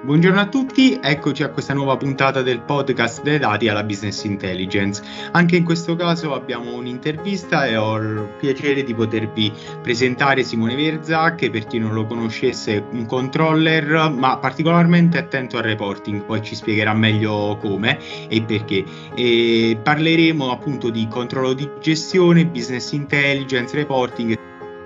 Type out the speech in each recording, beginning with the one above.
Buongiorno a tutti, eccoci a questa nuova puntata del podcast dei dati alla Business Intelligence. Anche in questo caso abbiamo un'intervista e ho il piacere di potervi presentare Simone Verza, che per chi non lo conoscesse è un controller, ma particolarmente attento al reporting, poi ci spiegherà meglio come e perché. E parleremo appunto di controllo di gestione, business intelligence, reporting.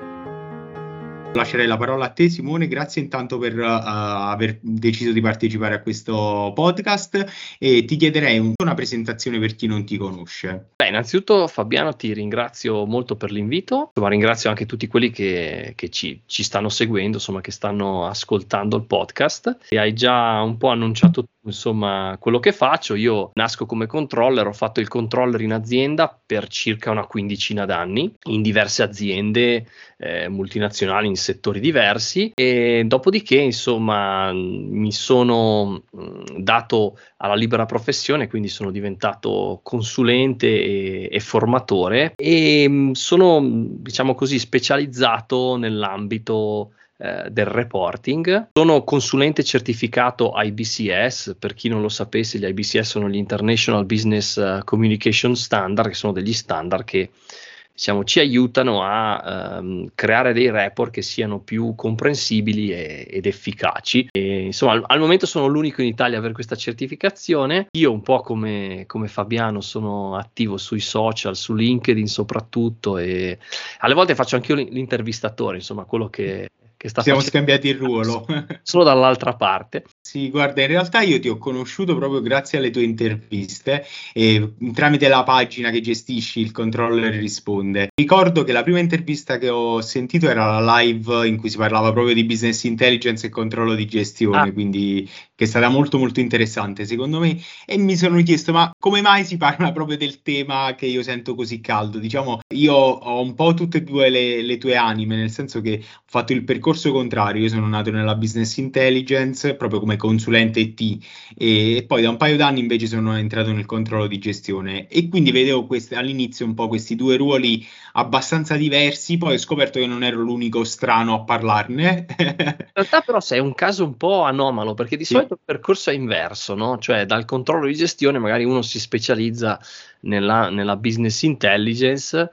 Lascerei la parola a te, Simone. Grazie intanto per aver deciso di partecipare a questo podcast e ti chiederei una presentazione per chi non ti conosce. Innanzitutto Fabiano, ti ringrazio molto per l'invito, ma ringrazio anche tutti quelli che ci stanno seguendo, insomma, che stanno ascoltando il podcast, e hai già un po' annunciato insomma quello che faccio. Io nasco come controller, ho fatto il controller in azienda per circa una quindicina d'anni in diverse aziende multinazionali in settori diversi, e dopodiché insomma mi sono dato alla libera professione, quindi sono diventato consulente e formatore, e sono, diciamo così, specializzato nell'ambito del reporting. Sono consulente certificato IBCS. Per chi non lo sapesse, gli IBCS sono gli International Business Communication Standard, che sono degli standard che, diciamo, ci aiutano a creare dei report che siano più comprensibili ed efficaci. E, insomma, al momento sono l'unico in Italia a avere questa certificazione. Io, un po' come Fabiano, sono attivo sui social, su LinkedIn soprattutto, e alle volte faccio anche io l'intervistatore, insomma, quello che sta Siamo facendo. scambiati il ruolo. Solo dall'altra parte. Sì, guarda, in realtà io ti ho conosciuto proprio grazie alle tue interviste e tramite la pagina che gestisci, il controller risponde. Ricordo che la prima intervista che ho sentito era la live in cui si parlava proprio di business intelligence e controllo di gestione, quindi che è stata molto molto interessante secondo me, e mi sono chiesto ma come mai si parla proprio del tema che io sento così caldo? Diciamo, io ho un po' tutte e due le tue anime, nel senso che ho fatto il percorso contrario. Io sono nato nella business intelligence proprio come consulente IT e poi da un paio d'anni invece sono entrato nel controllo di gestione, e quindi vedevo all'inizio un po' questi due ruoli abbastanza diversi. Poi ho scoperto che non ero l'unico strano a parlarne. In realtà però sei un caso un po' anomalo, perché di Sì. solito il percorso è inverso, no? Cioè dal controllo di gestione magari uno si specializza nella business intelligence,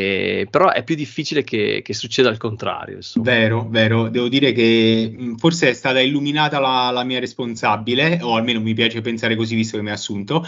però è più difficile che succeda il contrario, insomma. Vero, vero, devo dire che forse è stata illuminata la mia responsabile, o almeno mi piace pensare così visto che mi ha assunto.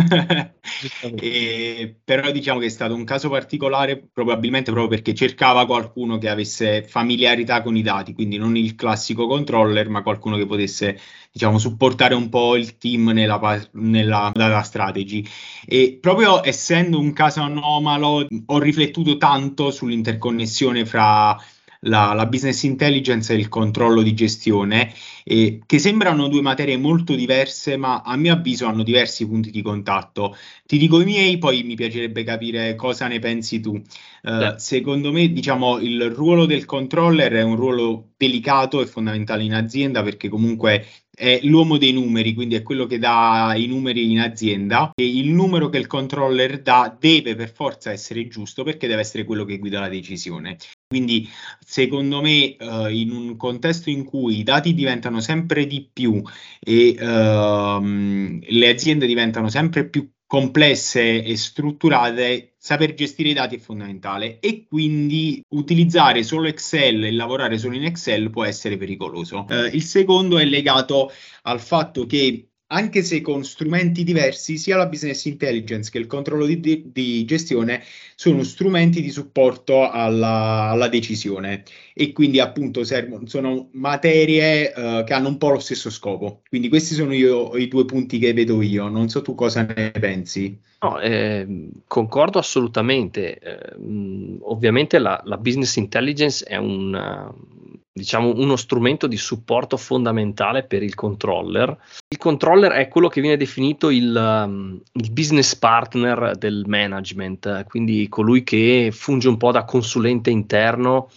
Però diciamo che è stato un caso particolare, probabilmente proprio perché cercava qualcuno che avesse familiarità con i dati, quindi non il classico controller, ma qualcuno che potesse, diciamo, supportare un po' il team nella data strategy. E proprio essendo un caso anomalo, ho riflettuto tanto sull'interconnessione fra la business intelligence e il controllo di gestione, che sembrano due materie molto diverse, ma a mio avviso hanno diversi punti di contatto. Ti dico i miei, poi mi piacerebbe capire cosa ne pensi tu. Secondo me, diciamo, il ruolo del controller è un ruolo delicato e fondamentale in azienda, perché comunque è l'uomo dei numeri, quindi è quello che dà i numeri in azienda, e il numero che il controller dà deve per forza essere giusto, perché deve essere quello che guida la decisione. Quindi secondo me in un contesto in cui i dati diventano sempre di più e le aziende diventano sempre più complesse e strutturate, saper gestire i dati è fondamentale, e quindi utilizzare solo Excel e lavorare solo in Excel può essere pericoloso. Il secondo è legato al fatto che, anche se con strumenti diversi, sia la business intelligence che il controllo di gestione sono strumenti di supporto alla decisione, e quindi appunto sono materie che hanno un po' lo stesso scopo. Quindi questi sono i due punti che vedo io. Non so tu cosa ne pensi. No, concordo assolutamente. Ovviamente la business intelligence è diciamo, uno strumento di supporto fondamentale per il controller. Il controller è quello che viene definito il business partner del management, quindi colui che funge un po' da consulente interno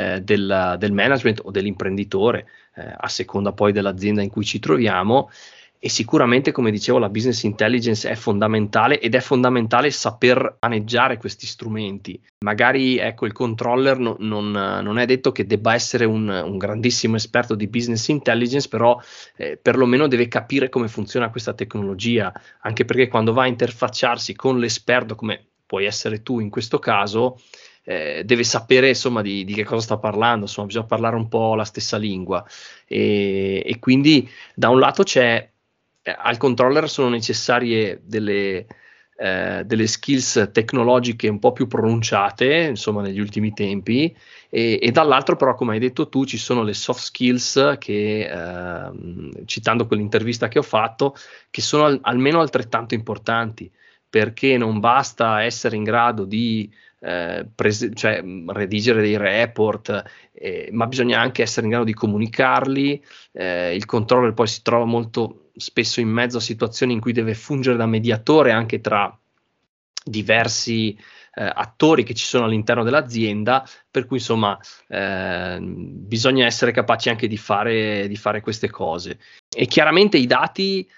del management o dell'imprenditore, a seconda poi dell'azienda in cui ci troviamo. E sicuramente, come dicevo, la business intelligence è fondamentale, ed è fondamentale saper maneggiare questi strumenti. Magari, ecco, il controller non è detto che debba essere un grandissimo esperto di business intelligence, però perlomeno deve capire come funziona questa tecnologia, anche perché quando va a interfacciarsi con l'esperto, come puoi essere tu in questo caso, deve sapere insomma di che cosa sta parlando, insomma bisogna parlare un po' la stessa lingua, e quindi da un lato al controller sono necessarie delle skills tecnologiche un po' più pronunciate, insomma, negli ultimi tempi, e dall'altro però, come hai detto tu, ci sono le soft skills che, citando quell'intervista che ho fatto, che sono almeno altrettanto importanti, perché non basta essere in grado di cioè, redigere dei report, ma bisogna anche essere in grado di comunicarli. Il controller poi si trova molto spesso in mezzo a situazioni in cui deve fungere da mediatore anche tra diversi attori che ci sono all'interno dell'azienda, per cui insomma bisogna essere capaci anche di fare queste cose. E chiaramente i dati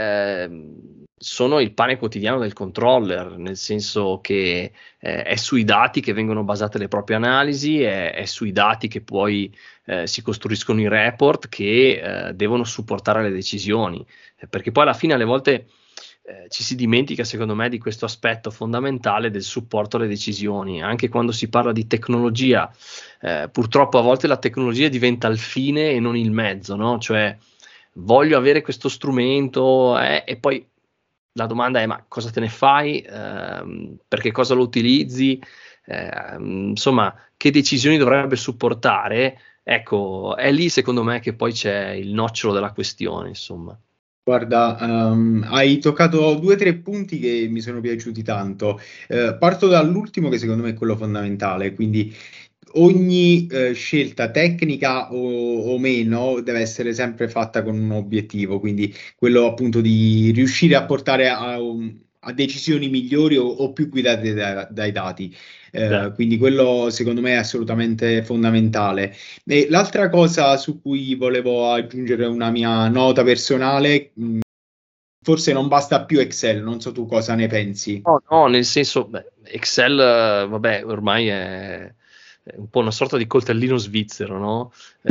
sono il pane quotidiano del controller, nel senso che è sui dati che vengono basate le proprie analisi, è sui dati che poi si costruiscono i report che devono supportare le decisioni, perché poi alla fine alle volte ci si dimentica, secondo me, di questo aspetto fondamentale del supporto alle decisioni. Anche quando si parla di tecnologia, purtroppo a volte la tecnologia diventa il fine e non il mezzo, no? Cioè, voglio avere questo strumento, e poi la domanda è: ma cosa te ne fai? Perché cosa lo utilizzi? Insomma, che decisioni dovrebbe supportare? Ecco, è lì secondo me che poi c'è il nocciolo della questione, insomma. Guarda, hai toccato 2 o 3 punti che mi sono piaciuti tanto. Parto dall'ultimo, che secondo me è quello fondamentale, quindi ogni scelta tecnica o meno deve essere sempre fatta con un obiettivo, quindi quello appunto di riuscire a portare a decisioni migliori o più guidate dai dati. Quindi quello secondo me è assolutamente fondamentale. E l'altra cosa su cui volevo aggiungere una mia nota personale, forse non basta più Excel, non so tu cosa ne pensi. No, no, nel senso, beh, Excel, vabbè, ormai è un po' una sorta di coltellino svizzero, no?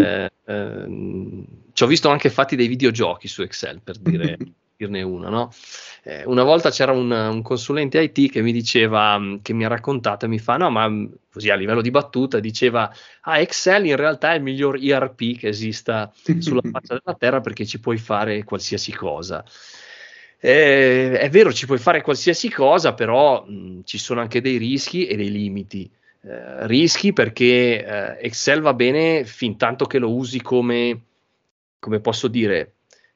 Ci ho visto anche fatti dei videogiochi su Excel, per dirne una, no? Una volta c'era un consulente IT che mi diceva, che mi ha raccontato e mi fa: no, ma così a livello di battuta, diceva: Excel in realtà è il miglior ERP che esista sulla faccia della terra, perché ci puoi fare qualsiasi cosa. È vero, ci puoi fare qualsiasi cosa, però ci sono anche dei rischi e dei limiti. Rischi perché Excel va bene fin tanto che lo usi come posso dire,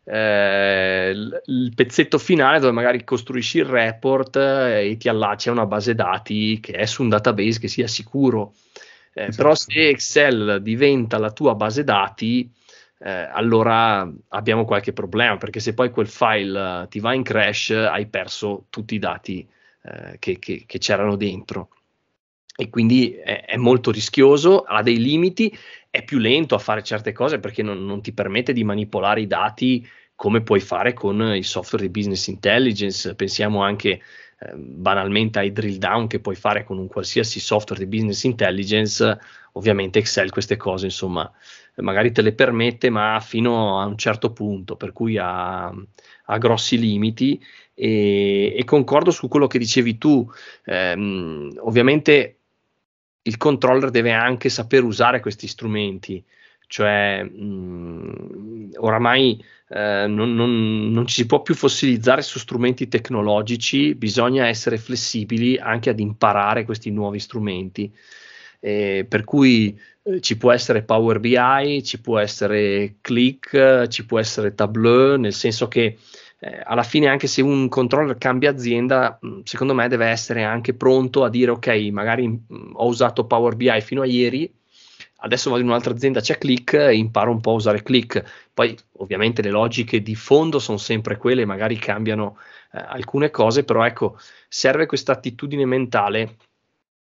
il pezzetto finale dove magari costruisci il report e ti allacci a una base dati che è su un database che sia sicuro. Però Esatto. se Excel diventa la tua base dati, allora abbiamo qualche problema, perché se poi quel file ti va in crash, hai perso tutti i dati che c'erano dentro. E quindi è molto rischioso, ha dei limiti, è più lento a fare certe cose perché non ti permette di manipolare i dati come puoi fare con il software di business intelligence. Pensiamo anche banalmente ai drill down che puoi fare con un qualsiasi software di business intelligence. Ovviamente Excel queste cose, insomma, magari te le permette, ma fino a un certo punto, per cui ha grossi limiti. E concordo su quello che dicevi tu. Ovviamente il controller deve anche saper usare questi strumenti, cioè oramai non ci si può più fossilizzare su strumenti tecnologici, bisogna essere flessibili anche ad imparare questi nuovi strumenti. Per cui ci può essere Power BI, ci può essere Click, ci può essere Tableau, nel senso che alla fine, anche se un controller cambia azienda, secondo me deve essere anche pronto a dire: ok, magari ho usato Power BI fino a ieri, adesso vado in un'altra azienda, c'è Click, e imparo un po' a usare Click. Poi ovviamente le logiche di fondo sono sempre quelle, magari cambiano alcune cose, però ecco, serve questa attitudine mentale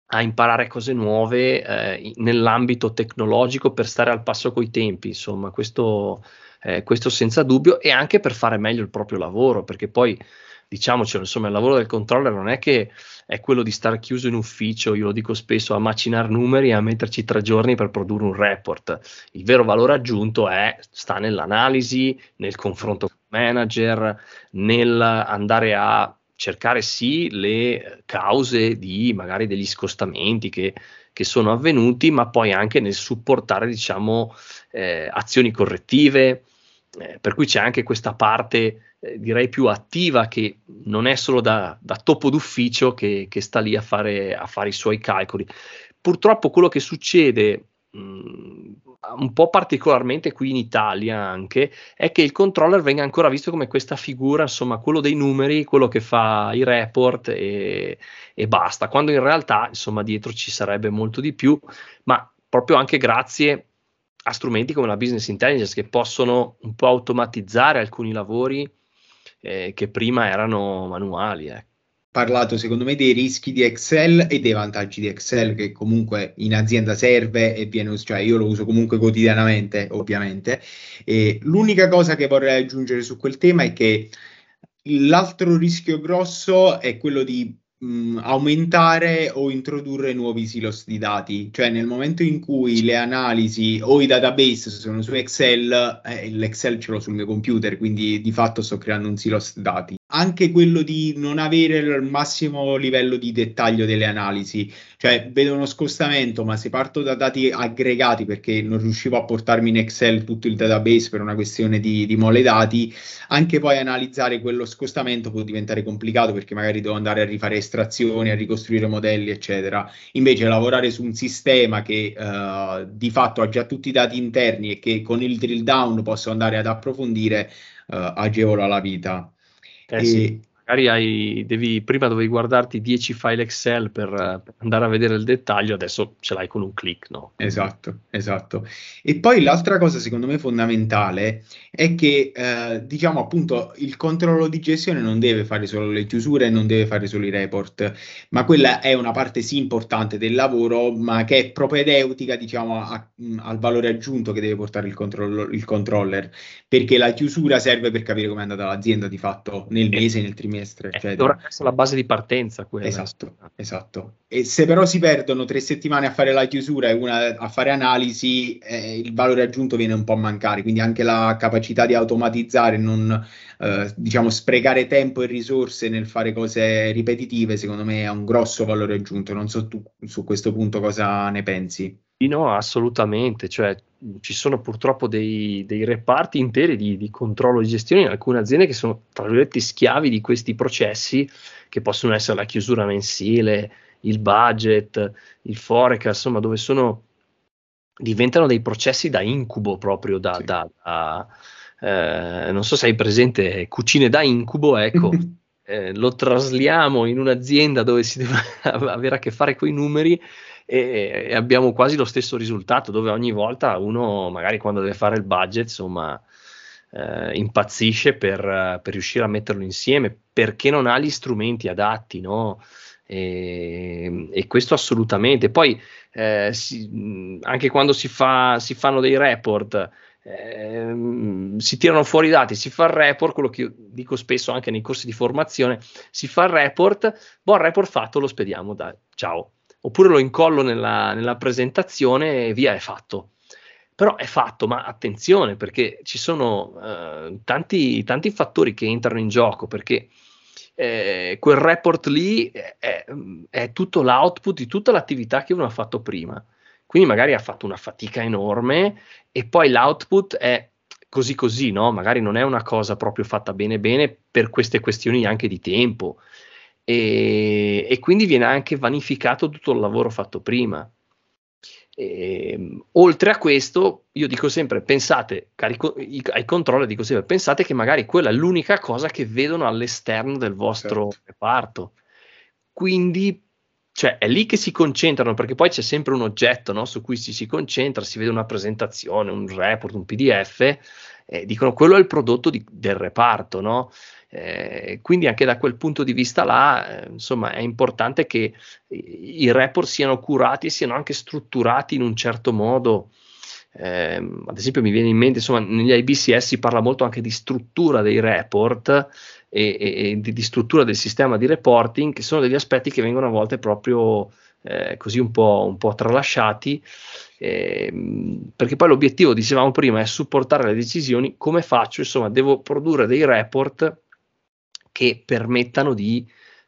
a imparare cose nuove nell'ambito tecnologico per stare al passo coi tempi, insomma, questo senza dubbio, e anche per fare meglio il proprio lavoro, perché poi diciamocelo, insomma, il lavoro del controller non è che è quello di stare chiuso in ufficio, io lo dico spesso, a macinare numeri e a metterci 3 giorni per produrre un report. Il vero valore aggiunto sta nell'analisi, nel confronto con il manager, nel andare a cercare sì le cause di magari degli scostamenti che sono avvenuti, ma poi anche nel supportare, diciamo, azioni correttive, per cui c'è anche questa parte, direi, più attiva, che non è solo da topo d'ufficio che sta lì a fare i suoi calcoli. Purtroppo quello che succede, un po' particolarmente qui in Italia anche, è che il controller venga ancora visto come questa figura, insomma, quello dei numeri, quello che fa i report e basta, quando in realtà, insomma, dietro ci sarebbe molto di più, ma proprio anche grazie a strumenti come la business intelligence, che possono un po' automatizzare alcuni lavori che prima erano manuali. Parlato secondo me dei rischi di Excel e dei vantaggi di Excel, che comunque in azienda serve e cioè io lo uso comunque quotidianamente, ovviamente. E l'unica cosa che vorrei aggiungere su quel tema è che l'altro rischio grosso è quello di aumentare o introdurre nuovi silos di dati, cioè nel momento in cui le analisi o i database sono su Excel, l'Excel ce l'ho sul mio computer, quindi di fatto sto creando un silos dati. Anche quello di non avere il massimo livello di dettaglio delle analisi, cioè vedo uno scostamento, ma se parto da dati aggregati perché non riuscivo a portarmi in Excel tutto il database per una questione di mole dati, anche poi analizzare quello scostamento può diventare complicato perché magari devo andare a rifare estrazioni, a ricostruire modelli, eccetera. Invece lavorare su un sistema che di fatto ha già tutti i dati interni e che con il drill down posso andare ad approfondire, agevola la vita. Sì, magari prima dovevi guardarti 10 file Excel per andare a vedere il dettaglio, adesso ce l'hai con un click, no? Esatto, esatto. E poi l'altra cosa secondo me fondamentale è che, diciamo appunto, il controllo di gestione non deve fare solo le chiusure, non deve fare solo i report, ma quella è una parte sì importante del lavoro, ma che è propedeutica, diciamo, al valore aggiunto che deve portare il controller, perché la chiusura serve per capire come è andata l'azienda di fatto nel mese, nel trimestre, eccetera. Dovrebbe essere la base di partenza quella. Esatto, esatto. E se però si perdono 3 settimane a fare la chiusura e una a fare analisi, il valore aggiunto viene un po' a mancare, quindi anche la capacità di automatizzare, non diciamo sprecare tempo e risorse nel fare cose ripetitive, secondo me è un grosso valore aggiunto. Non so tu su questo punto cosa ne pensi. No, assolutamente, cioè ci sono purtroppo dei reparti interi di controllo di gestione in alcune aziende che sono, tra virgolette, schiavi di questi processi, che possono essere la chiusura mensile, il budget, il forecast, insomma, dove diventano dei processi da incubo proprio, Sì. non so se hai presente cucine da incubo, ecco. Lo trasliamo in un'azienda dove si deve avere a che fare con i numeri e abbiamo quasi lo stesso risultato, dove ogni volta uno, magari quando deve fare il budget, insomma, impazzisce per riuscire a metterlo insieme, perché non ha gli strumenti adatti, no? E questo assolutamente. Poi anche quando si fanno dei report, si tirano fuori i dati, si fa il report, quello che io dico spesso anche nei corsi di formazione, si fa il report, buon report fatto, lo spediamo, ciao. Oppure lo incollo nella presentazione e via, è fatto. Però è fatto, ma attenzione, perché ci sono tanti fattori che entrano in gioco, perché quel report lì è tutto l'output di tutta l'attività che uno ha fatto prima. Quindi magari ha fatto una fatica enorme e poi l'output è così così, no? Magari non è una cosa proprio fatta bene bene per queste questioni anche di tempo. E quindi viene anche vanificato tutto il lavoro fatto prima. Oltre a questo, io dico sempre, pensate ai controller, dico sempre, pensate che magari quella è l'unica cosa che vedono all'esterno del vostro reparto. Quindi cioè è lì che si concentrano, perché poi c'è sempre un oggetto, no, su cui si concentra, si vede una presentazione, un report, un PDF, dicono quello è il prodotto del reparto, no? Quindi anche da quel punto di vista là, insomma, è importante che i report siano curati e siano anche strutturati in un certo modo. Ad esempio mi viene in mente, insomma, negli IBCS si parla molto anche di struttura dei report e di struttura del sistema di reporting, che sono degli aspetti che vengono a volte proprio così un po' tralasciati, perché poi l'obiettivo, dicevamo prima, è supportare le decisioni. Come faccio? Insomma, devo produrre dei report che permettano di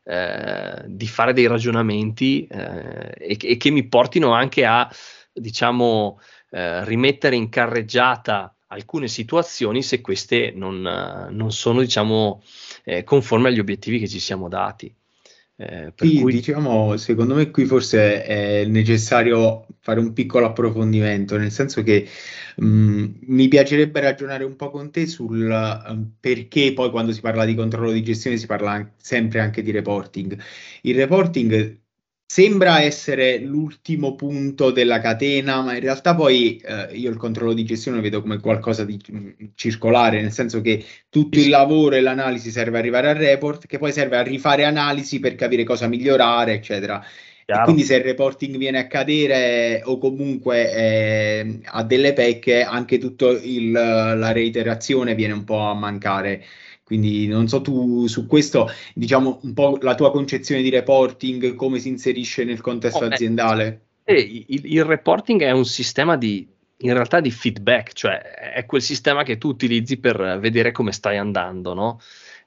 fare dei ragionamenti e che mi portino anche a, diciamo, rimettere in carreggiata alcune situazioni se queste non sono, diciamo, conformi agli obiettivi che ci siamo dati. Per Sì, cui diciamo, secondo me qui forse è necessario fare un piccolo approfondimento, nel senso che mi piacerebbe ragionare un po' con te sul perché poi quando si parla di controllo di gestione si parla sempre anche di reporting. Il reporting sembra essere l'ultimo punto della catena, ma in realtà poi io il controllo di gestione lo vedo come qualcosa di circolare, nel senso che tutto il lavoro e l'analisi serve a arrivare al report, che poi serve a rifare analisi per capire cosa migliorare, eccetera. E chiaro. quindi se il reporting viene a cadere o comunque ha delle pecche, anche la reiterazione viene un po' a mancare. Quindi non so tu su questo, diciamo un po' la tua concezione di reporting, come si inserisce nel Oh, contesto aziendale. il reporting è un sistema in realtà di feedback, cioè è quel sistema che tu utilizzi per vedere come stai andando, no?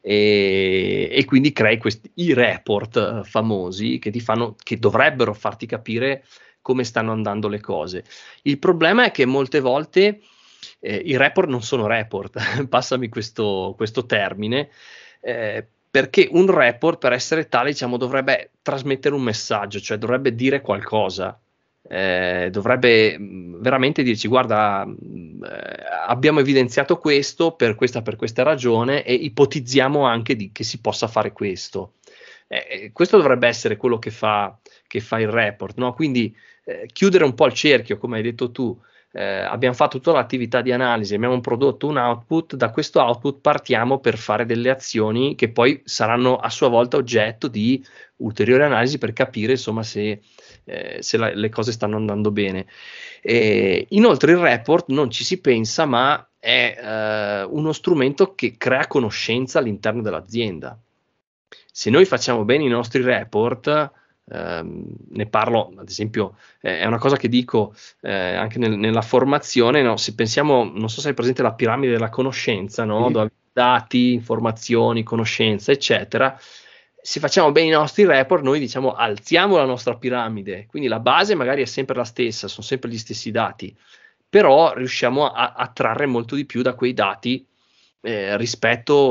E quindi crei i report famosi che dovrebbero farti capire come stanno andando le cose. Il problema è che molte volte i report non sono report, passami questo termine, perché un report, per essere tale, diciamo, dovrebbe trasmettere un messaggio, cioè dovrebbe dire qualcosa. Dovrebbe veramente dirci: guarda, abbiamo evidenziato questo per questa ragione e ipotizziamo anche che si possa fare questo. Questo dovrebbe essere quello che fa il report, no? Quindi chiudere un po' il cerchio, come hai detto tu. Abbiamo fatto tutta l'attività di analisi, abbiamo prodotto un output, da questo output partiamo per fare delle azioni che poi saranno a sua volta oggetto di ulteriori analisi per capire, insomma, se le cose stanno andando bene. Inoltre il report non ci si pensa, ma è uno strumento che crea conoscenza all'interno dell'azienda. Se noi facciamo bene i nostri report, ne parlo, ad esempio, è una cosa che dico anche nella formazione, no? Se pensiamo, non so se hai presente la piramide della conoscenza, no? Sì. Dove dati, informazioni, conoscenza, eccetera. Se facciamo bene i nostri report, noi diciamo alziamo la nostra piramide, quindi la base magari è sempre la stessa, sono sempre gli stessi dati, però riusciamo a trarre molto di più da quei dati rispetto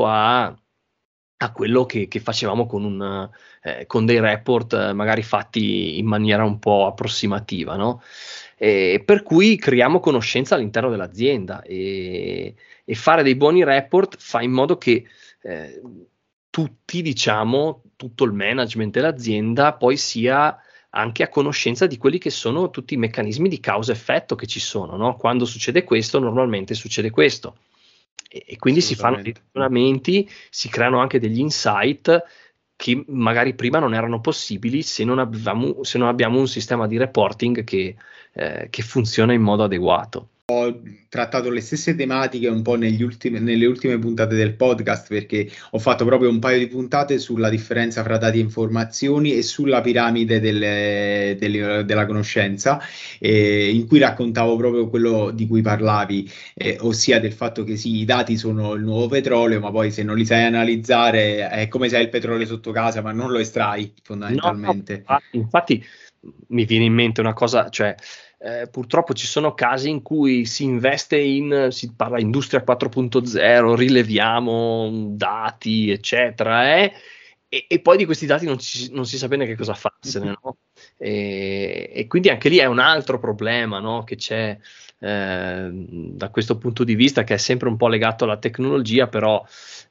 a quello che facevamo con dei report magari fatti in maniera un po' approssimativa, no? Per cui creiamo conoscenza all'interno dell'azienda e fare dei buoni report fa in modo che tutti, diciamo, tutto il management dell'azienda poi sia anche a conoscenza di quelli che sono tutti i meccanismi di causa-effetto che ci sono, no? Quando succede questo, normalmente succede questo. E quindi si fanno dei Assolutamente. ragionamenti, si creano anche degli insight che magari prima non erano possibili se non abbiamo un sistema di reporting che funziona in modo adeguato. Ho trattato le stesse tematiche un po' nelle ultime puntate del podcast perché ho fatto proprio un paio di puntate sulla differenza fra dati e informazioni e sulla piramide della conoscenza, in cui raccontavo proprio quello di cui parlavi, ossia del fatto che sì, i dati sono il nuovo petrolio, ma poi se non li sai analizzare è come se hai il petrolio sotto casa, ma non lo estrai No, no, fondamentalmente. infatti mi viene in mente una cosa, cioè purtroppo ci sono casi in cui si parla industria 4.0, rileviamo dati, eccetera, e poi di questi dati non si sa bene che cosa farsene, no? E quindi anche lì è un altro problema, no? Che c'è da questo punto di vista, che è sempre un po' legato alla tecnologia, però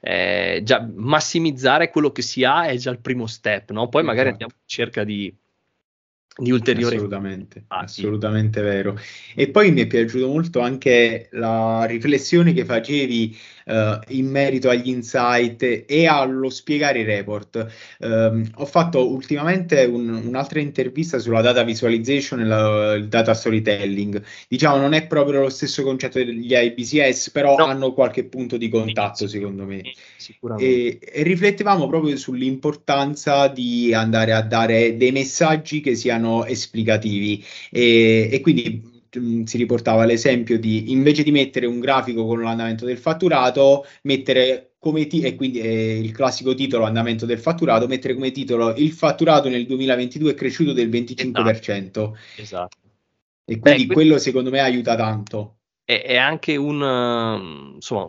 già massimizzare quello che si ha è già il primo step, no? Poi magari andiamo Esatto. in cerca di di ulteriori Assolutamente, fatti. assolutamente vero. E poi mi è piaciuto molto anche la riflessione che facevi in merito agli insight e allo spiegare i report. Ho fatto ultimamente un'altra intervista sulla data visualization e il data storytelling. Diciamo, non è proprio lo stesso concetto degli IBCS, però No, hanno qualche punto di contatto, l'inizio, secondo me. sicuramente. E riflettevamo proprio sull'importanza di andare a dare dei messaggi che siano esplicativi e quindi si riportava l'esempio di invece di mettere un grafico con l'andamento del fatturato, mettere e quindi il classico titolo andamento del fatturato, mettere come titolo il fatturato nel 2022 è cresciuto del Esatto, 25%. esatto. E Beh, quindi quello secondo me aiuta tanto. è anche insomma,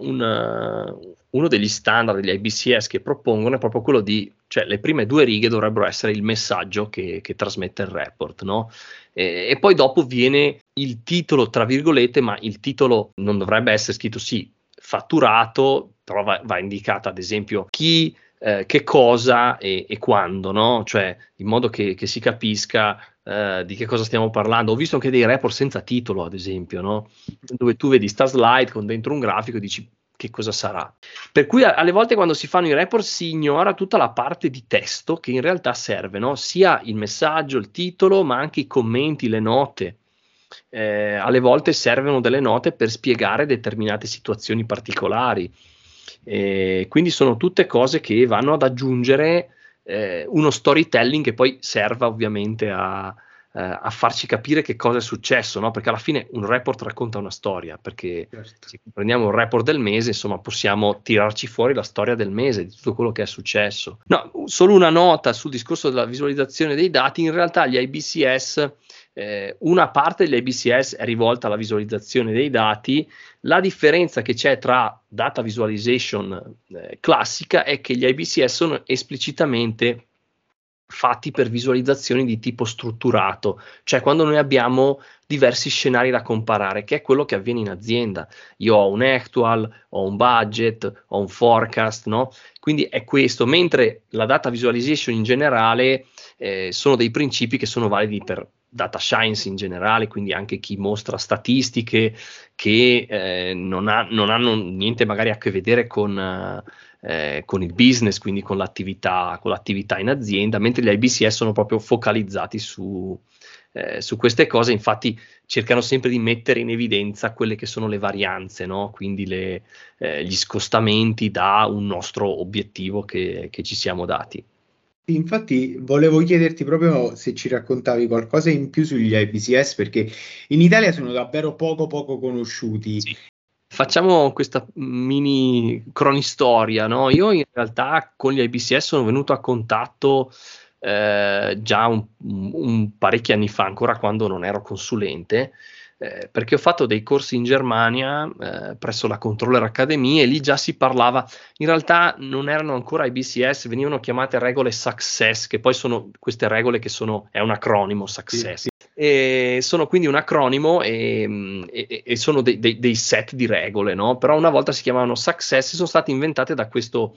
uno degli standard degli IBCS che propongono è proprio quello di, cioè le prime due righe dovrebbero essere il messaggio che trasmette il report, no? E poi dopo viene il titolo, tra virgolette, ma il titolo non dovrebbe essere scritto sì, fatturato, però va indicata ad esempio chi, che cosa e quando, no? Cioè in modo che si capisca di che cosa stiamo parlando. Ho visto anche dei report senza titolo, ad esempio, no? Dove tu vedi sta slide con dentro un grafico e dici che cosa sarà. Per cui alle volte quando si fanno i report si ignora tutta la parte di testo che in realtà serve, no? Sia il messaggio, il titolo, ma anche i commenti, le note. Alle volte servono delle note per spiegare determinate situazioni particolari. Quindi sono tutte cose che vanno ad aggiungere uno storytelling che poi serva ovviamente a farci capire che cosa è successo, no? Perché alla fine un report racconta una storia, perché Certo. se prendiamo un report del mese, insomma, possiamo tirarci fuori la storia del mese, di tutto quello che è successo. No, solo una nota sul discorso della visualizzazione dei dati, in realtà gli IBCS, una parte degli IBCS è rivolta alla visualizzazione dei dati. La differenza che c'è tra data visualization classica è che gli IBCS sono esplicitamente fatti per visualizzazioni di tipo strutturato, cioè quando noi abbiamo diversi scenari da comparare, che è quello che avviene in azienda. Io ho un actual, ho un budget, ho un forecast, no? Quindi è questo, mentre la data visualization in generale sono dei principi che sono validi per data science in generale, quindi anche chi mostra statistiche che non hanno niente magari a che vedere con il business, quindi con l'attività in azienda, mentre gli IBCS sono proprio focalizzati su queste cose, infatti cercano sempre di mettere in evidenza quelle che sono le varianze, no? Quindi gli scostamenti da un nostro obiettivo che ci siamo dati. Infatti, volevo chiederti proprio se ci raccontavi qualcosa in più sugli IBCS, perché in Italia sono davvero poco conosciuti. Sì. Facciamo questa mini cronistoria, no? Io in realtà con gli IBCS sono venuto a contatto già un parecchi anni fa, ancora quando non ero consulente, perché ho fatto dei corsi in Germania presso la Controller Academy e lì già si parlava, in realtà non erano ancora IBCS, venivano chiamate regole Success, che poi sono queste regole è un acronimo Sì, Success. sì. E sono quindi un acronimo e sono dei set di regole, no? Però una volta si chiamavano Success e sono state inventate da questo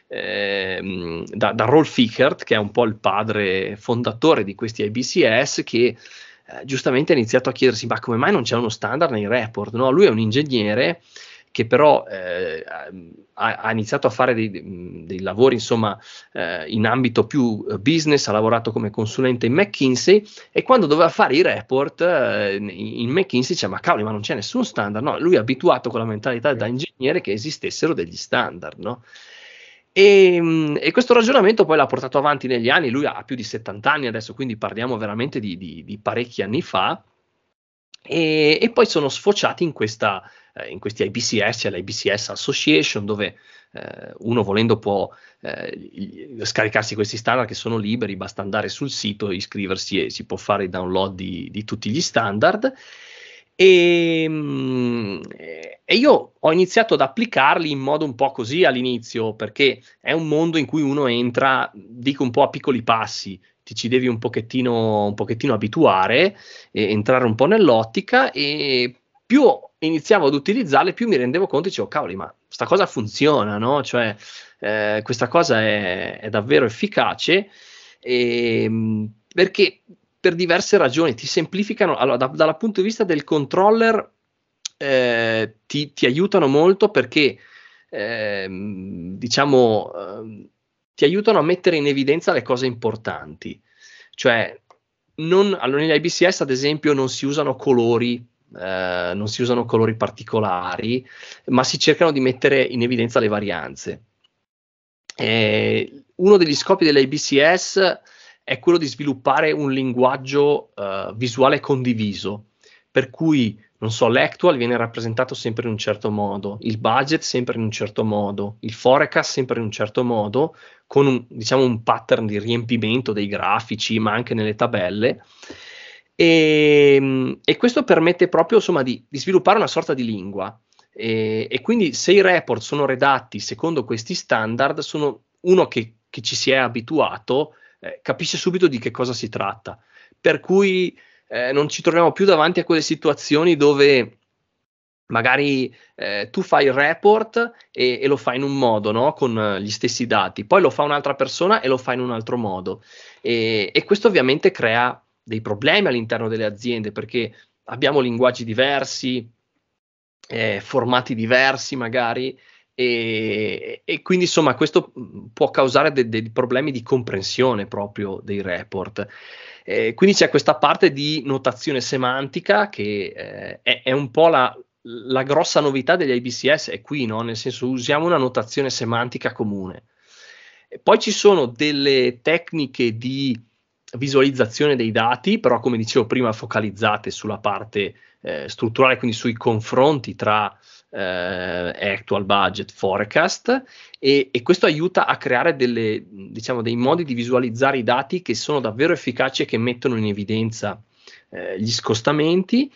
da Rolf Ichert, che è un po' il padre fondatore di questi IBCS, che giustamente ha iniziato a chiedersi ma come mai non c'è uno standard nei report, no? Lui è un ingegnere che però ha iniziato a fare dei lavori insomma in ambito più business, ha lavorato come consulente in McKinsey e quando doveva fare i report in McKinsey diceva ma cavoli ma non c'è nessun standard, no? Lui è abituato con la mentalità da ingegnere che esistessero degli standard, no? E questo ragionamento poi l'ha portato avanti negli anni, lui ha più di 70 anni adesso, quindi parliamo veramente di parecchi anni fa, e poi sono sfociati in questi IBCS, cioè l'IBCS Association, dove uno volendo può scaricarsi questi standard che sono liberi, basta andare sul sito, iscriversi e si può fare il download di tutti gli standard. E io ho iniziato ad applicarli in modo un po' così all'inizio, perché è un mondo in cui uno entra, dico un po' a piccoli passi, ti ci devi un pochettino abituare, entrare un po' nell'ottica e più iniziavo ad utilizzarle, più mi rendevo conto e dicevo, cavoli, ma sta cosa funziona, no? Cioè, questa cosa è davvero efficace perché per diverse ragioni, ti semplificano. Allora, dal punto di vista del controller, ti aiutano molto perché, diciamo, ti aiutano a mettere in evidenza le cose importanti. Cioè, allora, negli IBCS, ad esempio, non si usano colori particolari, ma si cercano di mettere in evidenza le varianze. Uno degli scopi dell'IBCS è quello di sviluppare un linguaggio visuale condiviso, per cui, non so, l'actual viene rappresentato sempre in un certo modo, il budget sempre in un certo modo, il forecast sempre in un certo modo, con diciamo un pattern di riempimento dei grafici, ma anche nelle tabelle. E questo permette proprio, insomma, di sviluppare una sorta di lingua. E quindi se i report sono redatti secondo questi standard, uno che ci si è abituato capisce subito di che cosa si tratta, per cui non ci troviamo più davanti a quelle situazioni dove magari tu fai il report e lo fai in un modo, no? Con gli stessi dati, poi lo fa un'altra persona e lo fa in un altro modo, e questo ovviamente crea dei problemi all'interno delle aziende, perché abbiamo linguaggi diversi, formati diversi magari, e quindi insomma questo può causare dei problemi di comprensione proprio dei report. Quindi c'è questa parte di notazione semantica che è un po' la grossa novità degli IBCS, è qui, no? Nel senso, usiamo una notazione semantica comune. E poi ci sono delle tecniche di visualizzazione dei dati, però come dicevo prima focalizzate sulla parte strutturale, quindi sui confronti tra actual, budget, forecast, e questo aiuta a creare dei modi di visualizzare i dati che sono davvero efficaci e che mettono in evidenza gli scostamenti.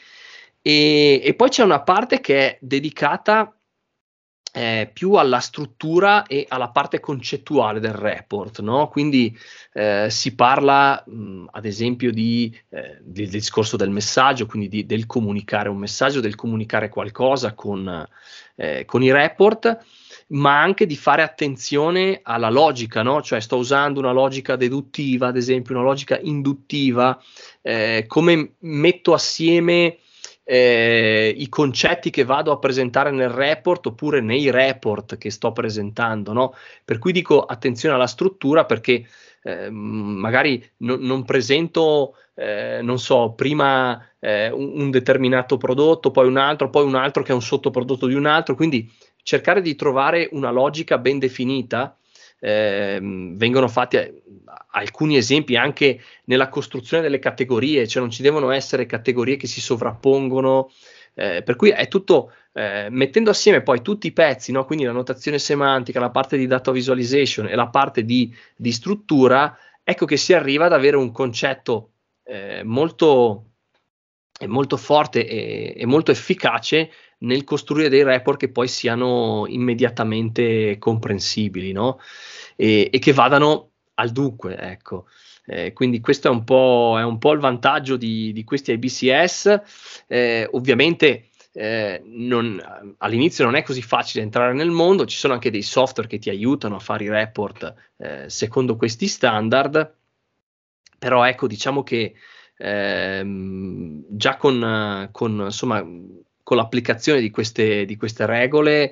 E poi c'è una parte che è dedicata più alla struttura e alla parte concettuale del report, no? Quindi si parla ad esempio del discorso del messaggio, quindi del comunicare un messaggio, del comunicare qualcosa con i report, ma anche di fare attenzione alla logica, no? Cioè sto usando una logica deduttiva, ad esempio una logica induttiva, come metto assieme i concetti che vado a presentare nel report oppure nei report che sto presentando, no? Per cui dico attenzione alla struttura, perché magari non presento, non so, prima un determinato prodotto, poi un altro che è un sottoprodotto di un altro, quindi cercare di trovare una logica ben definita. Vengono fatti alcuni esempi anche nella costruzione delle categorie, cioè non ci devono essere categorie che si sovrappongono, per cui è tutto mettendo assieme poi tutti i pezzi, no? Quindi la notazione semantica, la parte di data visualization e la parte di struttura, ecco che si arriva ad avere un concetto molto forte e molto efficace nel costruire dei report che poi siano immediatamente comprensibili, no? E che vadano al dunque, ecco. Quindi questo è un po' il vantaggio di questi IBCS. Ovviamente all'inizio non è così facile entrare nel mondo, ci sono anche dei software che ti aiutano a fare i report secondo questi standard, però ecco, diciamo che già con l'applicazione di queste regole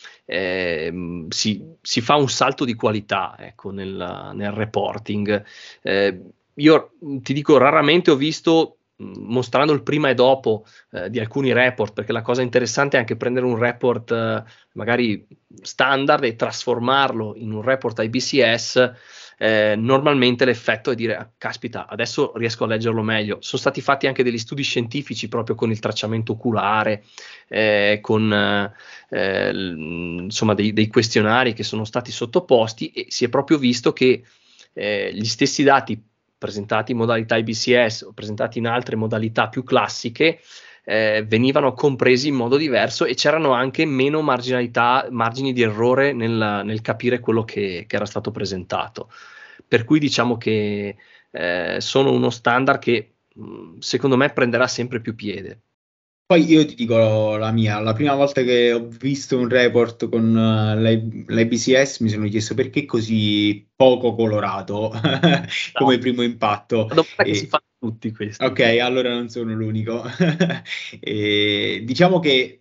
si fa un salto di qualità, ecco, nel reporting. Io ti dico, raramente ho visto, mostrando il prima e dopo di alcuni report, perché la cosa interessante è anche prendere un report magari standard e trasformarlo in un report IBCS. Normalmente l'effetto è dire, caspita, adesso riesco a leggerlo meglio. Sono stati fatti anche degli studi scientifici proprio con il tracciamento oculare, con insomma dei questionari che sono stati sottoposti, e si è proprio visto che gli stessi dati presentati in modalità IBCS o presentati in altre modalità più classiche venivano compresi in modo diverso, e c'erano anche meno margini di errore nel capire quello che era stato presentato. Per cui diciamo che sono uno standard che secondo me prenderà sempre più piede. Poi io ti dico la mia, la prima volta che ho visto un report con l'IBCS mi sono chiesto perché così poco colorato come primo impatto. La domanda che si fa tutti questi. Ok, allora non sono l'unico. Diciamo che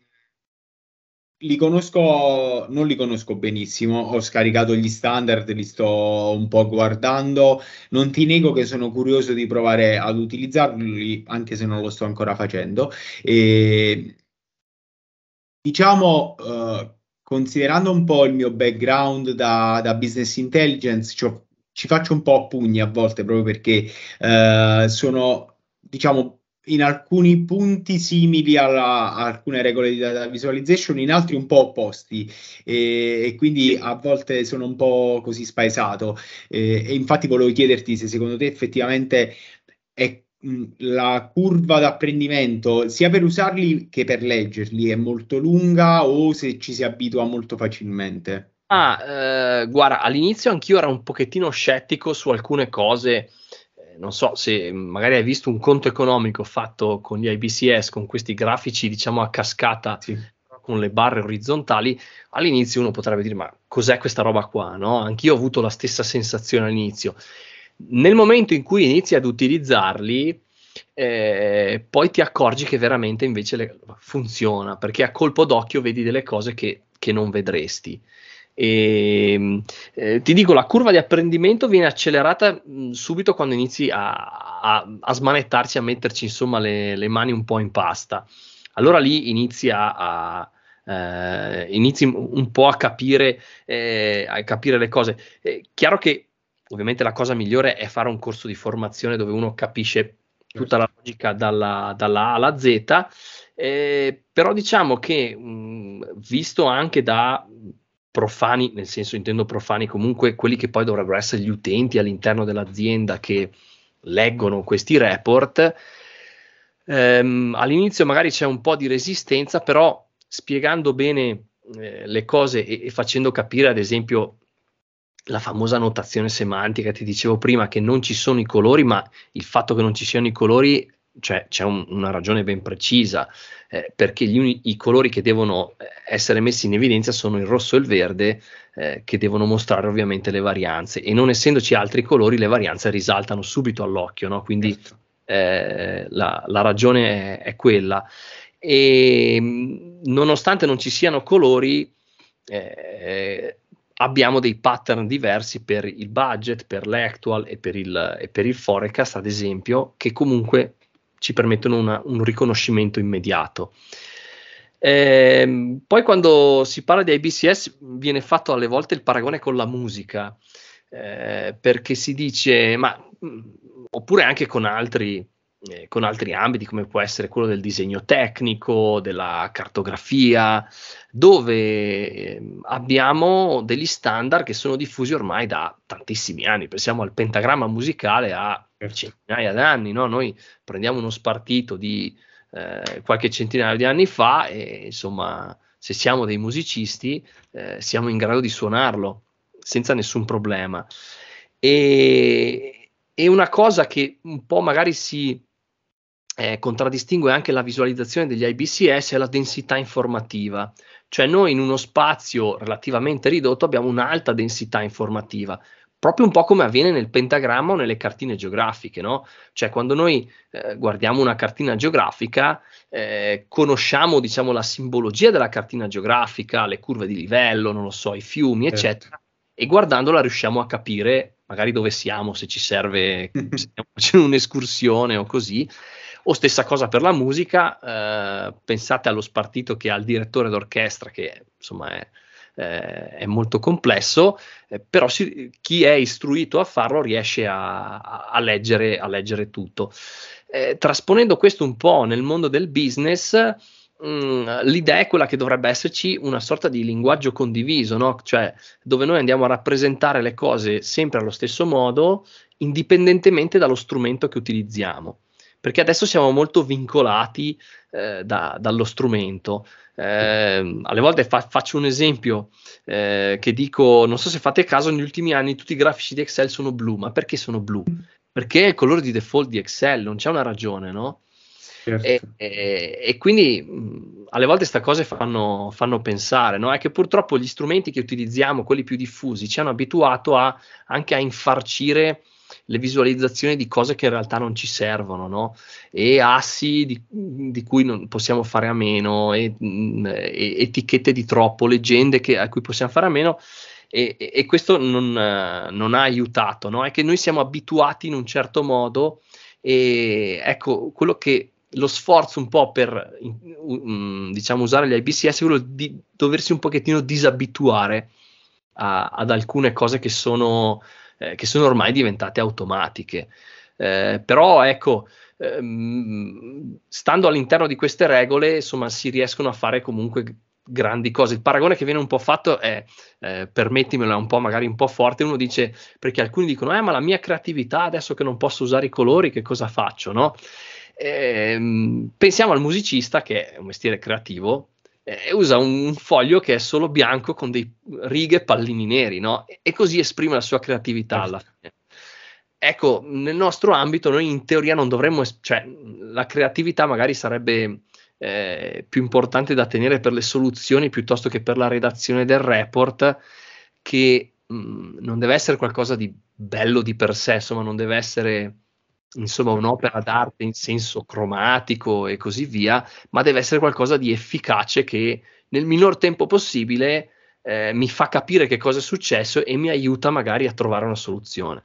non li conosco benissimo, ho scaricato gli standard, li sto un po' guardando, non ti nego che sono curioso di provare ad utilizzarli, anche se non lo sto ancora facendo. E, diciamo, considerando un po' il mio background da business intelligence, ci faccio un po' a pugni a volte proprio perché sono, diciamo, in alcuni punti simili a alcune regole di data visualization, in altri un po' opposti e quindi a volte sono un po' così spaesato. E infatti volevo chiederti se secondo te effettivamente è la curva d'apprendimento, sia per usarli che per leggerli, è molto lunga o se ci si abitua molto facilmente? Guarda, all'inizio anch'io ero un pochettino scettico su alcune cose. Non so se magari hai visto un conto economico fatto con gli IBCS, con questi grafici, diciamo, a cascata, Sì, con le barre orizzontali. All'inizio uno potrebbe dire, ma cos'è questa roba qua, no? Anch'io ho avuto la stessa sensazione all'inizio. Nel momento in cui inizi ad utilizzarli, poi ti accorgi che veramente invece funziona, perché a colpo d'occhio vedi delle cose che non vedresti. E, ti dico, la curva di apprendimento viene accelerata subito quando inizi a smanettarci, a metterci insomma le mani un po' in pasta. Allora lì inizi un po' a capire le cose. Chiaro che ovviamente la cosa migliore è fare un corso di formazione dove uno capisce tutta certo. la logica dalla A alla Z, però diciamo che visto anche da profani, nel senso intendo profani comunque quelli che poi dovrebbero essere gli utenti all'interno dell'azienda che leggono questi report, all'inizio magari c'è un po' di resistenza, però spiegando bene le cose e facendo capire ad esempio la famosa notazione semantica, ti dicevo prima che non ci sono i colori, ma il fatto che non ci siano i colori, cioè c'è una ragione ben precisa, perché i colori che devono essere messi in evidenza sono il rosso e il verde, che devono mostrare ovviamente le varianze, e non essendoci altri colori le varianze risaltano subito all'occhio, no? Quindi Certo. la ragione è quella. E nonostante non ci siano colori, abbiamo dei pattern diversi per il budget, per l'actual e per il forecast, ad esempio, che comunque ci permettono un riconoscimento immediato. Poi quando si parla di IBCS viene fatto alle volte il paragone con la musica, perché si dice, oppure anche con altri ambiti, come può essere quello del disegno tecnico, della cartografia, dove abbiamo degli standard che sono diffusi ormai da tantissimi anni. Pensiamo al pentagramma musicale a Certo. centinaia di anni, no? Noi prendiamo uno spartito di qualche centinaio di anni fa e insomma, se siamo dei musicisti, siamo in grado di suonarlo senza nessun problema. E una cosa che un po' magari si contraddistingue anche la visualizzazione degli IBCS è la densità informativa, cioè noi in uno spazio relativamente ridotto abbiamo un'alta densità informativa, proprio un po' come avviene nel pentagramma o nelle cartine geografiche, no? Cioè quando noi guardiamo una cartina geografica, conosciamo, diciamo, la simbologia della cartina geografica, le curve di livello, non lo so, i fiumi, Certo. eccetera, e guardandola riusciamo a capire magari dove siamo, se ci serve, se stiamo facendo un'escursione o così. O stessa cosa per la musica, pensate allo spartito che ha il direttore d'orchestra, che insomma è molto complesso, però chi è istruito a farlo riesce a leggere tutto. Trasponendo questo un po' nel mondo del business, l'idea è quella che dovrebbe esserci una sorta di linguaggio condiviso, no? Cioè dove noi andiamo a rappresentare le cose sempre allo stesso modo, indipendentemente dallo strumento che utilizziamo. Perché adesso siamo molto vincolati dallo strumento. Alle volte faccio un esempio che dico, non so se fate caso, negli ultimi anni tutti i grafici di Excel sono blu, ma perché sono blu? Perché è il colore di default di Excel, non c'è una ragione, no? E, Certo. e- e quindi alle volte queste cose fanno pensare, no? È che purtroppo gli strumenti che utilizziamo, quelli più diffusi, ci hanno abituato anche a infarcire le visualizzazioni di cose che in realtà non ci servono, no? E assi di cui non possiamo fare a meno, e etichette di troppo, leggende a cui possiamo fare a meno. E questo non ha aiutato, no? È che noi siamo abituati in un certo modo, e ecco, quello che lo sforzo un po' per diciamo usare gli IBCS è quello di doversi un pochettino disabituare ad alcune cose che sono ormai diventate automatiche. Però ecco, stando all'interno di queste regole, insomma, si riescono a fare comunque grandi cose. Il paragone che viene un po' fatto è, permettimelo, è un po' magari un po' forte. Uno dice, perché alcuni dicono, ma la mia creatività, adesso che non posso usare i colori, che cosa faccio, no? Pensiamo al musicista, che è un mestiere creativo, usa un foglio che è solo bianco con dei righe, pallini neri, no? E così esprime la sua creatività alla fine. Ecco, nel nostro ambito noi in teoria non dovremmo, cioè la creatività magari sarebbe più importante da tenere per le soluzioni piuttosto che per la redazione del report, che non deve essere qualcosa di bello di per sé, insomma, non deve essere insomma un'opera d'arte in senso cromatico e così via, ma deve essere qualcosa di efficace che nel minor tempo possibile mi fa capire che cosa è successo e mi aiuta magari a trovare una soluzione.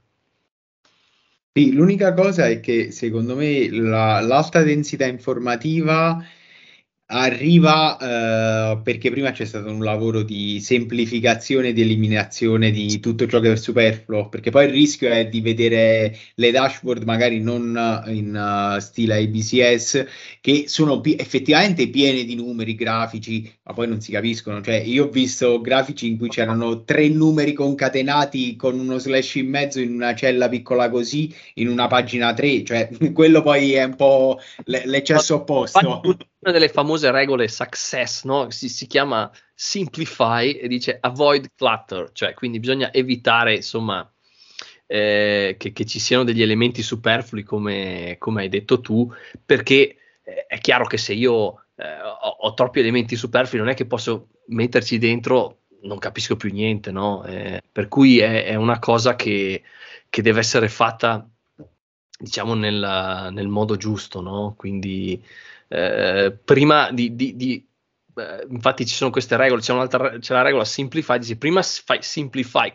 Sì, l'unica cosa è che secondo me l'alta densità informativa arriva perché prima c'è stato un lavoro di semplificazione e di eliminazione di tutto ciò che è superfluo, perché poi il rischio è di vedere le dashboard magari non in stile ABCS, che sono effettivamente piene di numeri grafici, ma poi non si capiscono. Cioè, io ho visto grafici in cui c'erano 3 numeri concatenati con uno slash in mezzo in una cella piccola così, in una pagina 3, cioè quello poi è un po' l'eccesso opposto. Una delle famose regole success, no? Si chiama simplify e dice avoid clutter, cioè quindi bisogna evitare, insomma, che ci siano degli elementi superflui, come hai detto tu, perché è chiaro che se io ho troppi elementi superflui non è che posso metterci dentro, non capisco più niente, no? Per cui è una cosa che deve essere fatta, diciamo, nel modo giusto, no? Quindi prima infatti ci sono queste regole, c'è la regola simplify, dice prima fai simplify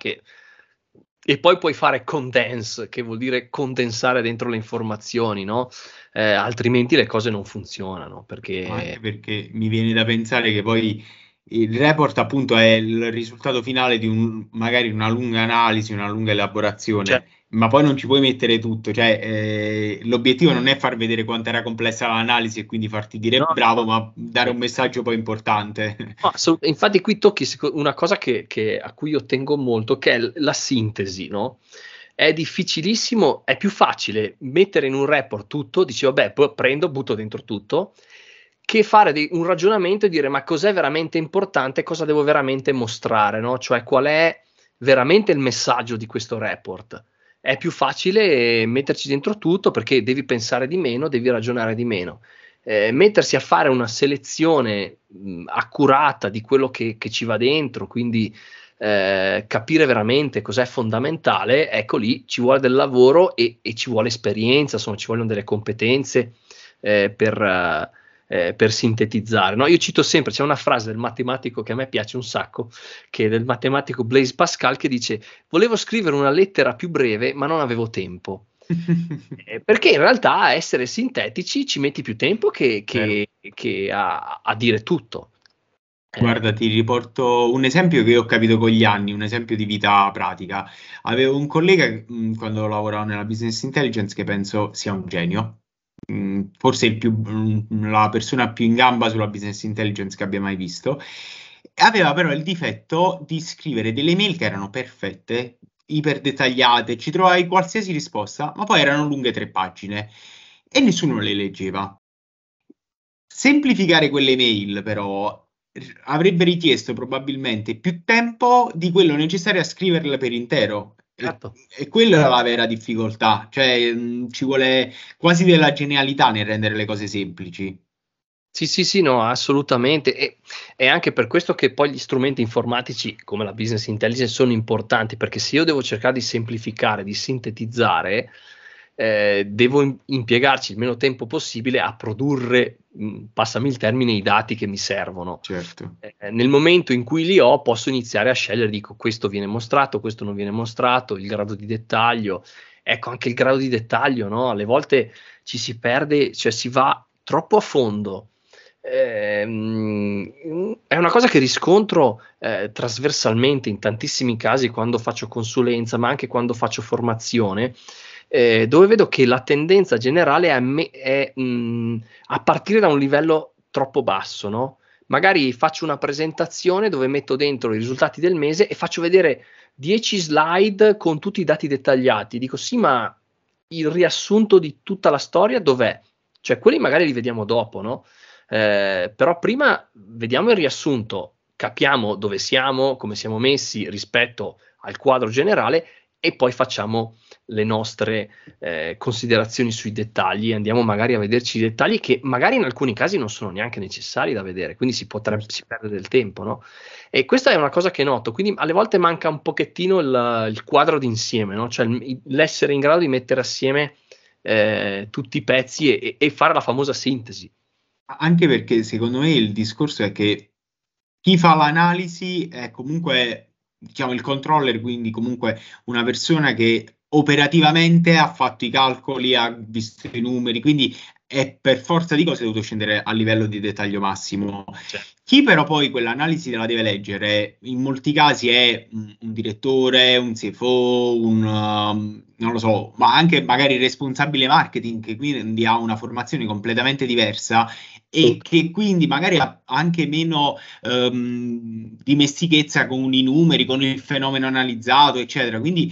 e poi puoi fare condense, che vuol dire condensare dentro le informazioni, no? Altrimenti le cose non funzionano, Anche perché mi viene da pensare che poi il report appunto è il risultato finale di magari una lunga analisi, una lunga elaborazione, cioè, ma poi non ci puoi mettere tutto, cioè l'obiettivo non è far vedere quanto era complessa l'analisi e quindi farti dire no, bravo, no, ma dare un messaggio poi importante. no, infatti qui tocchi una cosa a cui io tengo molto, che è la sintesi, no? È difficilissimo, è più facile mettere in un report tutto, dici vabbè, poi prendo, butto dentro tutto, che fare un ragionamento e dire ma cos'è veramente importante, cosa devo veramente mostrare, no? Cioè qual è veramente il messaggio di questo report. È più facile metterci dentro tutto perché devi pensare di meno, devi ragionare di meno. Mettersi a fare una selezione accurata di quello che ci va dentro, quindi capire veramente cos'è fondamentale, ecco lì ci vuole del lavoro e ci vuole esperienza, insomma ci vogliono delle competenze per sintetizzare, no? Io cito sempre, c'è una frase del matematico che a me piace un sacco, che è del matematico Blaise Pascal, che dice: volevo scrivere una lettera più breve ma non avevo tempo. Perché in realtà a essere sintetici ci metti più tempo che a dire tutto. Guarda, ti riporto un esempio che ho capito con gli anni, un esempio di vita pratica. Avevo un collega quando lavoravo nella business intelligence che penso sia un genio. Forse la persona più in gamba sulla business intelligence che abbia mai visto. Aveva però il difetto di scrivere delle mail che erano perfette, iper dettagliate, ci trovavi qualsiasi risposta, ma poi erano lunghe 3 pagine e nessuno le leggeva. Semplificare quelle mail, però, avrebbe richiesto probabilmente più tempo di quello necessario a scriverle per intero. Certo. E quella è la vera difficoltà, cioè ci vuole quasi della genialità nel rendere le cose semplici. Sì, no, assolutamente. E è anche per questo che poi gli strumenti informatici come la business intelligence sono importanti, perché se io devo cercare di semplificare, di sintetizzare, devo impiegarci il meno tempo possibile a produrre, passami il termine, i dati che mi servono. Certo. Nel momento in cui li ho, posso iniziare a scegliere, dico questo viene mostrato, questo non viene mostrato, il grado di dettaglio. Ecco, anche il grado di dettaglio, no? Alle volte ci si perde, cioè si va troppo a fondo. È una cosa che riscontro trasversalmente in tantissimi casi quando faccio consulenza, ma anche quando faccio formazione, dove vedo che la tendenza generale è a partire da un livello troppo basso, no? Magari faccio una presentazione dove metto dentro i risultati del mese e faccio vedere 10 slide con tutti i dati dettagliati. Dico sì, ma il riassunto di tutta la storia dov'è? Cioè, quelli magari li vediamo dopo, no? Però prima vediamo il riassunto, capiamo dove siamo, come siamo messi rispetto al quadro generale e poi facciamo le nostre considerazioni sui dettagli, andiamo magari a vederci i dettagli che magari in alcuni casi non sono neanche necessari da vedere, quindi si perde del tempo, no? E questa è una cosa che noto, quindi alle volte manca un pochettino il quadro d'insieme, no? Cioè l'essere in grado di mettere assieme tutti i pezzi e fare la famosa sintesi. Anche perché secondo me il discorso è che chi fa l'analisi è comunque, diciamo, il controller, quindi comunque una persona che operativamente ha fatto i calcoli, ha visto i numeri, quindi è per forza di cose dovuto scendere a livello di dettaglio massimo. Cioè, Chi però poi quell'analisi la deve leggere, in molti casi è un direttore, un CFO, non lo so, ma anche magari il responsabile marketing, che quindi ha una formazione completamente diversa e che quindi magari ha anche meno dimestichezza con i numeri, con il fenomeno analizzato, eccetera. Quindi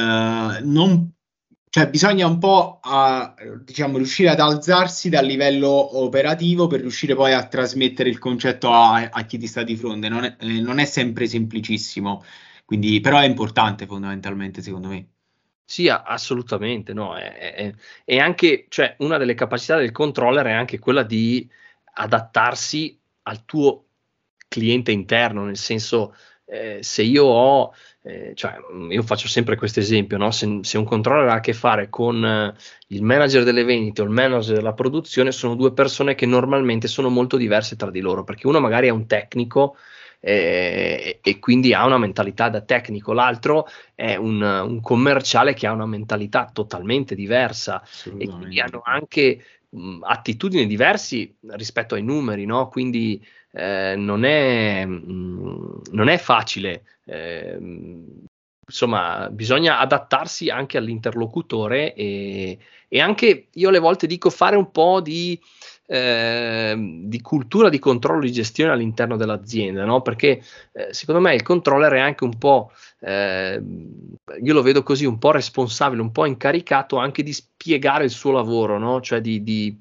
cioè, bisogna un po' diciamo, riuscire ad alzarsi dal livello operativo per riuscire poi a trasmettere il concetto a chi ti sta di fronte. Non è sempre semplicissimo, quindi, però è importante fondamentalmente, secondo me. sì, assolutamente, no? È anche, cioè, una delle capacità del controller è anche quella di adattarsi al tuo cliente interno, nel senso, se io ho, cioè, io faccio sempre questo esempio, no? Se un controller ha a che fare con il manager delle vendite o il manager della produzione, sono due persone che normalmente sono molto diverse tra di loro, perché uno magari è un tecnico e quindi ha una mentalità da tecnico, l'altro è un commerciale che ha una mentalità totalmente diversa e quindi Assolutamente. hanno anche attitudini diversi rispetto ai numeri, no? Quindi non è facile. Insomma, bisogna adattarsi anche all'interlocutore e anche, io alle volte dico, fare un po' di cultura di controllo di gestione all'interno dell'azienda, no? Perché secondo me il controller è anche un po', io lo vedo così, un po' responsabile, un po' incaricato anche di spiegare il suo lavoro, no? Cioè di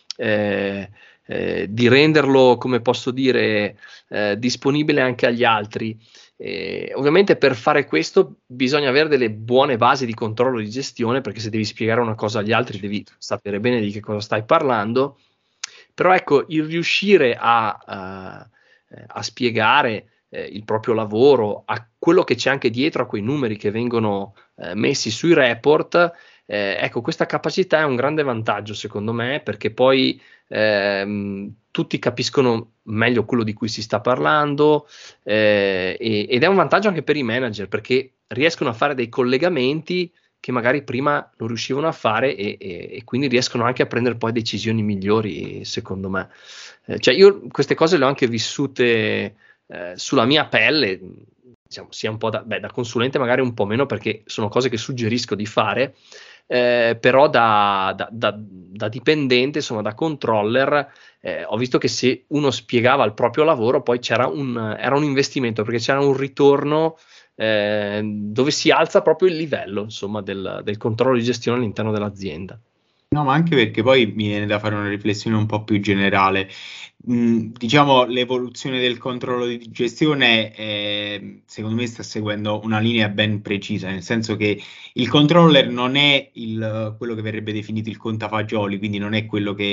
renderlo, come posso dire, disponibile anche agli altri. Ovviamente per fare questo bisogna avere delle buone basi di controllo di gestione, perché se devi spiegare una cosa agli altri devi sapere bene di che cosa stai parlando. Però ecco, il riuscire a spiegare il proprio lavoro, a quello che c'è anche dietro a quei numeri che vengono messi sui report, ecco, questa capacità è un grande vantaggio secondo me, perché poi tutti capiscono meglio quello di cui si sta parlando ed è un vantaggio anche per i manager, perché riescono a fare dei collegamenti che magari prima non riuscivano a fare e quindi riescono anche a prendere poi decisioni migliori, secondo me. Cioè io queste cose le ho anche vissute sulla mia pelle, diciamo, sia un po' da consulente, magari un po' meno, perché sono cose che suggerisco di fare, però da dipendente, insomma, da controller, ho visto che se uno spiegava il proprio lavoro, poi era un investimento, perché c'era un ritorno dove si alza proprio il livello, insomma, del controllo di gestione all'interno dell'azienda. No, ma anche perché poi mi viene da fare una riflessione un po' più generale. Diciamo, l'evoluzione del controllo di gestione, secondo me, sta seguendo una linea ben precisa, nel senso che il controller non è quello che verrebbe definito il contafagioli, quindi non è quello che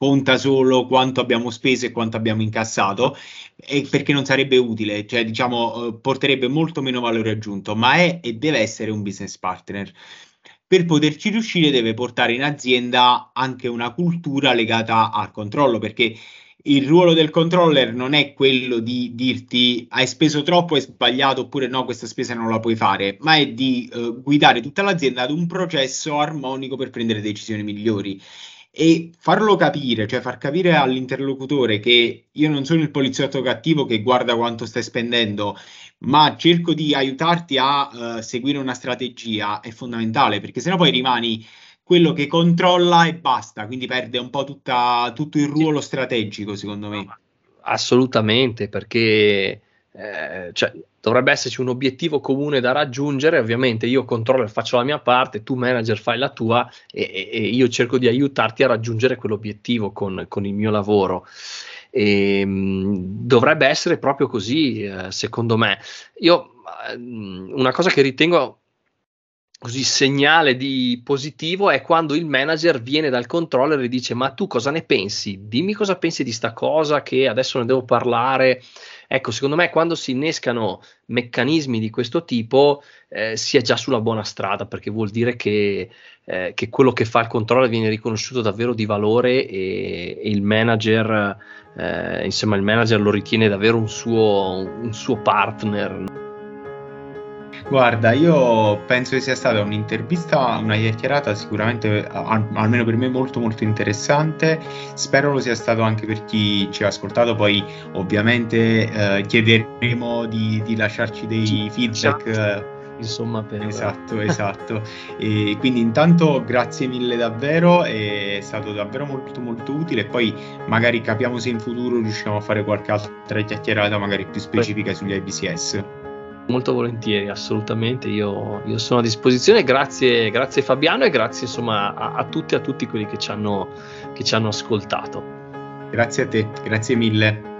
conta solo quanto abbiamo speso e quanto abbiamo incassato, e perché non sarebbe utile, cioè diciamo porterebbe molto meno valore aggiunto, ma è e deve essere un business partner. Per poterci riuscire deve portare in azienda anche una cultura legata al controllo, perché il ruolo del controller non è quello di dirti hai speso troppo, hai sbagliato, oppure no, questa spesa non la puoi fare, ma è di guidare tutta l'azienda ad un processo armonico per prendere decisioni migliori. E farlo capire, cioè far capire all'interlocutore che io non sono il poliziotto cattivo che guarda quanto stai spendendo, ma cerco di aiutarti a seguire una strategia, è fondamentale, perché sennò poi rimani quello che controlla e basta, quindi perde un po' tutto il ruolo strategico, secondo me. Assolutamente, perché cioè, dovrebbe esserci un obiettivo comune da raggiungere. Ovviamente io controller faccio la mia parte, tu manager fai la tua, e io cerco di aiutarti a raggiungere quell'obiettivo con il mio lavoro. Dovrebbe essere proprio così, secondo me. Una cosa che ritengo così segnale di positivo è quando il manager viene dal controller e dice: ma tu cosa ne pensi? Dimmi cosa pensi di sta cosa che adesso ne devo parlare. Ecco, secondo me quando si innescano meccanismi di questo tipo si è già sulla buona strada, perché vuol dire che quello che fa il controller viene riconosciuto davvero di valore, e il manager insomma il manager lo ritiene davvero un suo partner. Guarda, io penso che sia stata un'intervista, una chiacchierata sicuramente, almeno per me, molto molto interessante. Spero lo sia stato anche per chi ci ha ascoltato. Poi ovviamente chiederemo di lasciarci dei feedback. Insomma, Esatto. E quindi intanto grazie mille davvero, è stato davvero molto molto utile, e poi magari capiamo se in futuro riusciamo a fare qualche altra chiacchierata magari più specifica sugli IBCS. Molto volentieri, assolutamente, io sono a disposizione. Grazie Fabiano, e grazie insomma a tutti quelli che ci hanno ascoltato. Grazie a te, grazie mille.